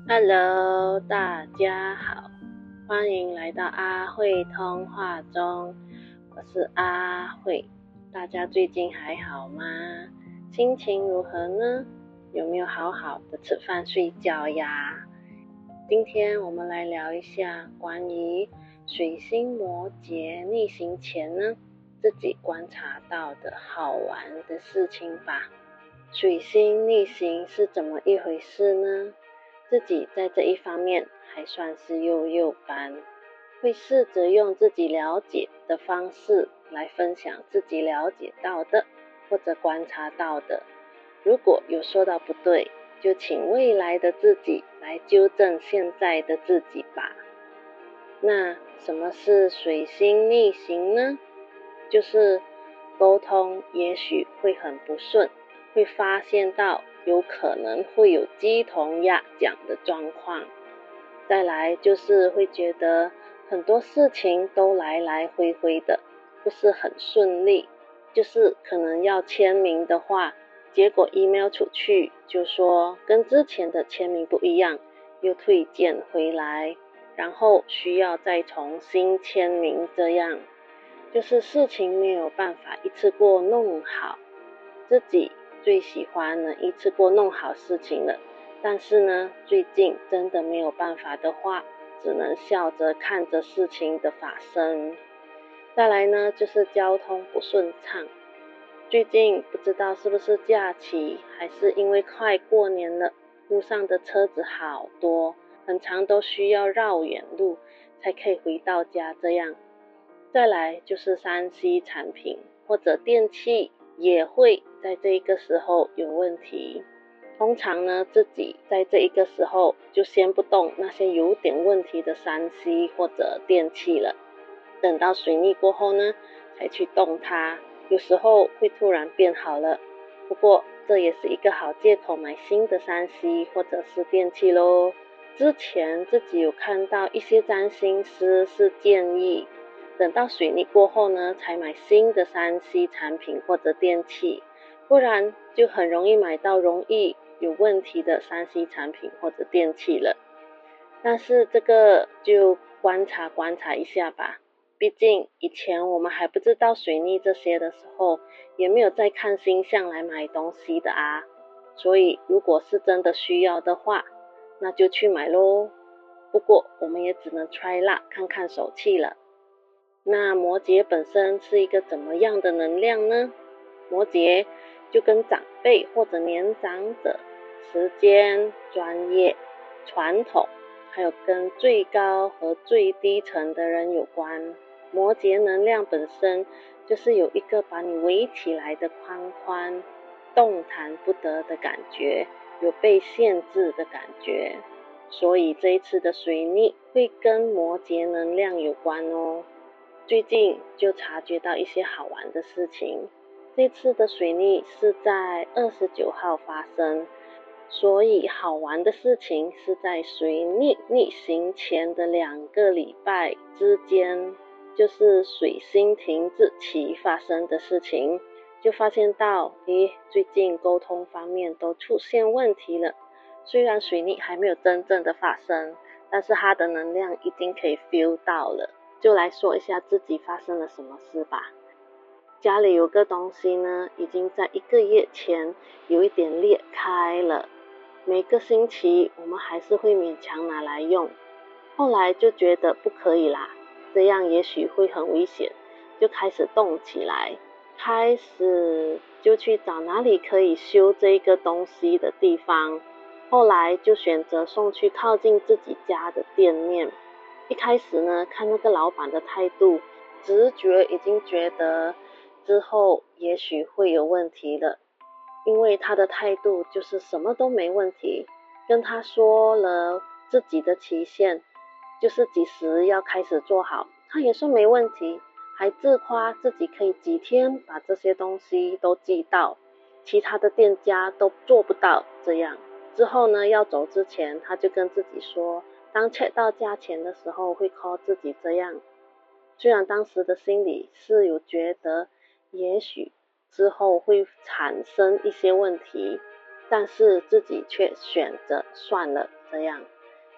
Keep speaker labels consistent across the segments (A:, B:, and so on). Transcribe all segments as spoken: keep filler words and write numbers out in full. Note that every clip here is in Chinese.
A: Hello， 大家好，欢迎来到阿慧通话中，我是阿慧。大家最近还好吗？心情如何呢？有没有好好的吃饭睡觉呀？今天我们来聊一下关于水星摩羯逆行前呢，自己观察到的好玩的事情吧。水星逆行是怎么一回事呢？自己在这一方面还算是幼幼班，会试着用自己了解的方式来分享自己了解到的或者观察到的。如果有说到不对，就请未来的自己来纠正现在的自己吧。那什么是水星逆行呢？就是沟通也许会很不顺，会发现到有可能会有鸡同鸭讲的状况。再来就是会觉得很多事情都来来回回的，不是很顺利。就是可能要签名的话，结果 email 出去就说跟之前的签名不一样，又退件回来，然后需要再重新签名，这样就是事情没有办法一次过弄好。自己最喜欢呢一次过弄好事情了，但是呢最近真的没有办法的话，只能笑着看着事情的发生。再来呢就是交通不顺畅，最近不知道是不是假期，还是因为快过年了，路上的车子好多，很常都需要绕远路才可以回到家这样。再来就是 三 C 产品或者电器也会在这一个时候有问题。通常呢，自己在这一个时候就先不动那些有点问题的 三 C 或者电器了，等到水逆过后呢，才去动它。有时候会突然变好了，不过这也是一个好借口买新的 三 C 或者是电器咯。之前自己有看到一些占星师是建议等到水逆过后呢，才买新的 三 C 产品或者电器，不然就很容易买到容易有问题的 三 C 产品或者电器了。但是这个就观察观察一下吧，毕竟以前我们还不知道水逆这些的时候，也没有在看星象来买东西的啊。所以如果是真的需要的话，那就去买咯。不过我们也只能 try 啦，看看手气了。那摩羯本身是一个怎么样的能量呢？摩羯就跟长辈或者年长者、时间、专业、传统，还有跟最高和最低层的人有关。摩羯能量本身就是有一个把你围起来的框框，动弹不得的感觉，有被限制的感觉。所以这一次的水逆会跟摩羯能量有关哦。最近就察觉到一些好玩的事情。这次的水逆是在二十九号发生，所以好玩的事情是在水逆逆行前的两个礼拜之间，就是水星停滞期发生的事情。就发现到，咦，最近沟通方面都出现问题了。虽然水逆还没有真正的发生，但是它的能量已经可以 feel 到了。就来说一下自己发生了什么事吧。家里有个东西呢，已经在一个月前有一点裂开了，每个星期我们还是会勉强拿来用，后来就觉得不可以啦，这样也许会很危险，就开始动起来，开始就去找哪里可以修这个东西的地方，后来就选择送去靠近自己家的店面。一开始呢，看那个老板的态度，直觉已经觉得之后也许会有问题了，因为他的态度就是什么都没问题，跟他说了自己的期限，就是几时要开始做好，他也说没问题，还自夸自己可以几天把这些东西都寄到，其他的店家都做不到这样。之后呢，要走之前，他就跟自己说，当 check 到价钱的时候会 call 自己这样。虽然当时的心里是有觉得也许之后会产生一些问题，但是自己却选择算了这样。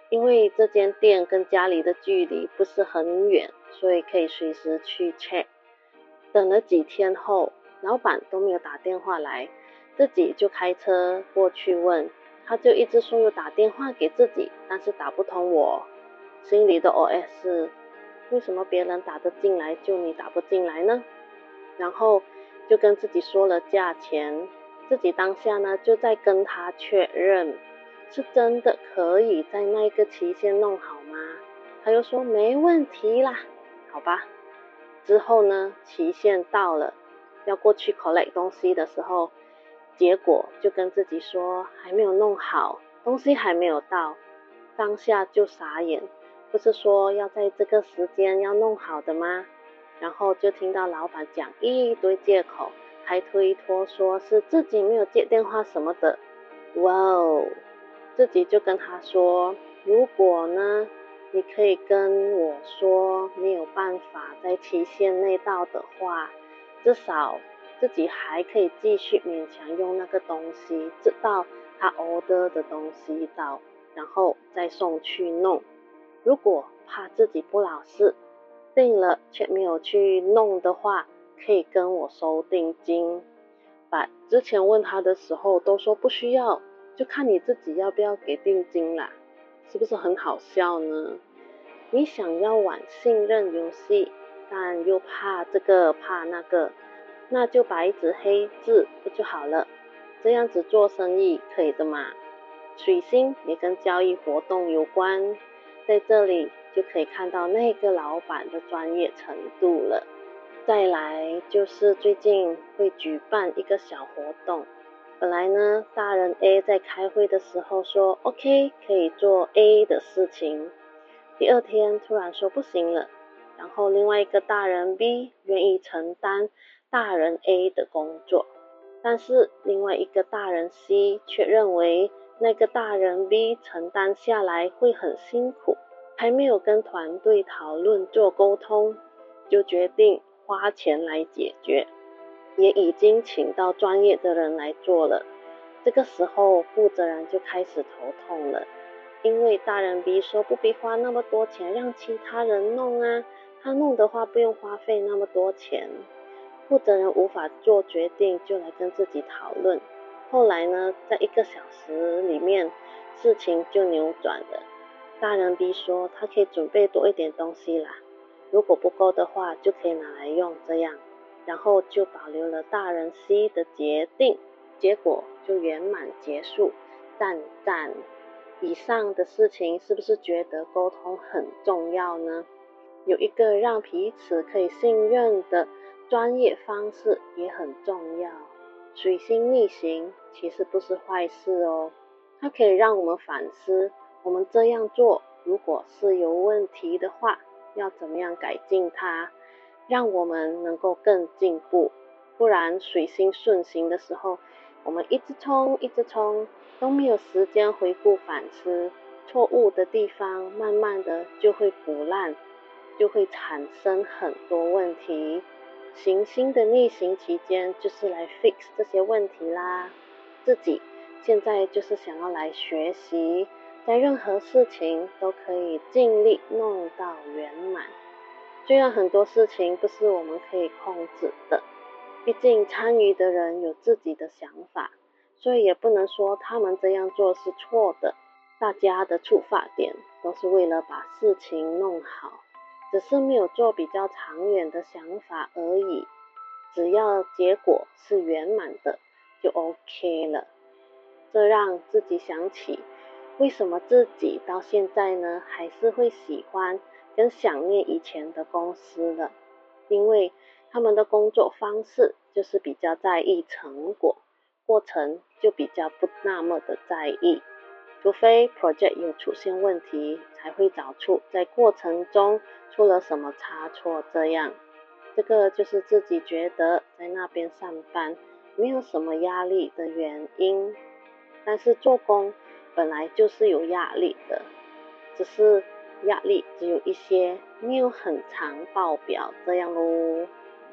A: 因为这间店跟家里的距离不是很远，所以可以随时去 check。 等了几天后，老板都没有打电话来，自己就开车过去问，他就一直说有打电话给自己，但是打不通我。心里的 O S 是，为什么别人打得进来，就你打不进来呢？然后就跟自己说了价钱，自己当下呢就在跟他确认，是真的可以在那个期限弄好吗？他又说没问题啦，好吧。之后呢，期限到了，要过去 collect 东西的时候，结果就跟自己说还没有弄好，东西还没有到，当下就傻眼，不是说要在这个时间要弄好的吗？然后就听到老板讲一堆借口，还推脱说是自己没有接电话什么的。哇哦，自己就跟他说，如果呢你可以跟我说没有办法在期限内到的话，至少自己还可以继续勉强用那个东西，直到他 order 的东西到，然后再送去弄。如果怕自己不老实，定了却没有去弄的话，可以跟我收定金。把之前问他的时候都说不需要，就看你自己要不要给定金啦，是不是很好笑呢？你想要玩信任游戏，但又怕这个怕那个，那就白纸黑字不就好了？这样子做生意可以的嘛？水星也跟交易活动有关，在这里就可以看到那个老板的专业程度了。再来就是最近会举办一个小活动，本来呢大人 A 在开会的时候说 OK 可以做 A 的事情，第二天突然说不行了，然后另外一个大人 B 愿意承担大人 A 的工作，但是另外一个大人 C 却认为那个大人 B 承担下来会很辛苦，还没有跟团队讨论做沟通，就决定花钱来解决，也已经请到专业的人来做了。这个时候负责人就开始头痛了，因为大人 B 说不必花那么多钱让其他人弄啊，他弄的话不用花费那么多钱。负责人无法做决定，就来跟自己讨论。后来呢，在一个小时里面，事情就扭转了。大人 B 说他可以准备多一点东西啦，如果不够的话就可以拿来用，这样，然后就保留了大人 C 的决定，结果就圆满结束，赞赞。以上的事情是不是觉得沟通很重要呢？有一个让彼此可以信任的专业方式也很重要。水星逆行其实不是坏事哦，它可以让我们反思，我们这样做如果是有问题的话，要怎么样改进它，让我们能够更进步。不然水星顺行的时候，我们一直冲一直冲，都没有时间回顾反思，错误的地方慢慢的就会腐烂，就会产生很多问题。行星的逆行期间就是来 fix 这些问题啦。自己现在就是想要来学习，在任何事情都可以尽力弄到圆满。虽然很多事情不是我们可以控制的，毕竟参与的人有自己的想法，所以也不能说他们这样做是错的。大家的出发点都是为了把事情弄好，只是没有做比较长远的想法而已。只要结果是圆满的，就 OK 了。这让自己想起，为什么自己到现在呢，还是会喜欢跟想念以前的公司了。因为他们的工作方式就是比较在意成果，过程就比较不那么的在意。除非 project 有出现问题，才会找出在过程中出了什么差错，这样。这个就是自己觉得在那边上班没有什么压力的原因。但是做工本来就是有压力的，只是压力只有一些，没有很常爆表这样咯。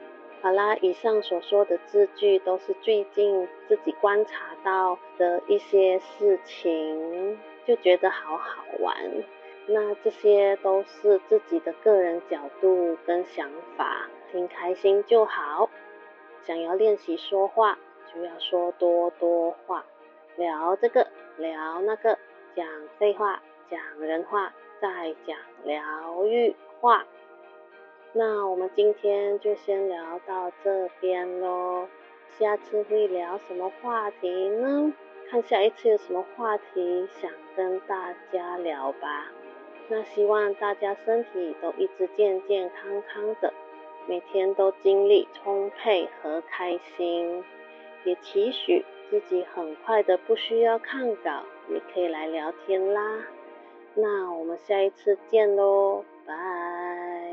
A: 好啦，以上所说的字句都是最近自己观察到的一些事情，就觉得好好玩。那这些都是自己的个人角度跟想法，听开心就好。想要练习说话，就要说多多话，聊这个聊那个，讲废话，讲人话，再讲疗愈话。那我们今天就先聊到这边咯，下次会聊什么话题呢？看下一次有什么话题想跟大家聊吧。那希望大家身体都一直健健康康的，每天都精力充沛和开心，也期许自己很快的不需要看稿，也可以来聊天啦。那我们下一次见咯，拜。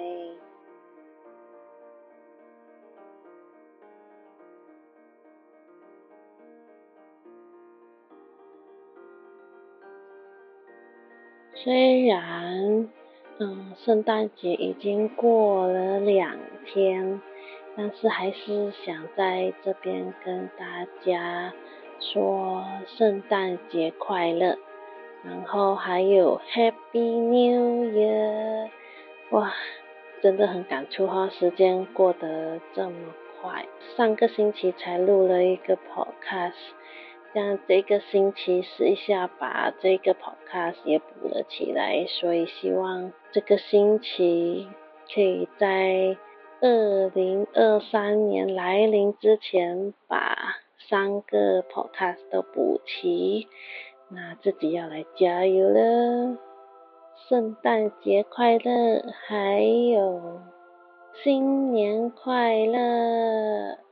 A: 虽然嗯，圣诞节已经过了两天，但是还是想在这边跟大家说圣诞节快乐，然后还有 Happy New Year。 哇，真的很感触哈，时间过得这么快，上个星期才录了一个 podcast， 这样这个星期试一下把这个 podcast 也补了起来，所以希望这个星期可以在二零二三年来临之前把三个 podcast 都补齐，那自己要来加油了。圣诞节快乐，还有新年快乐。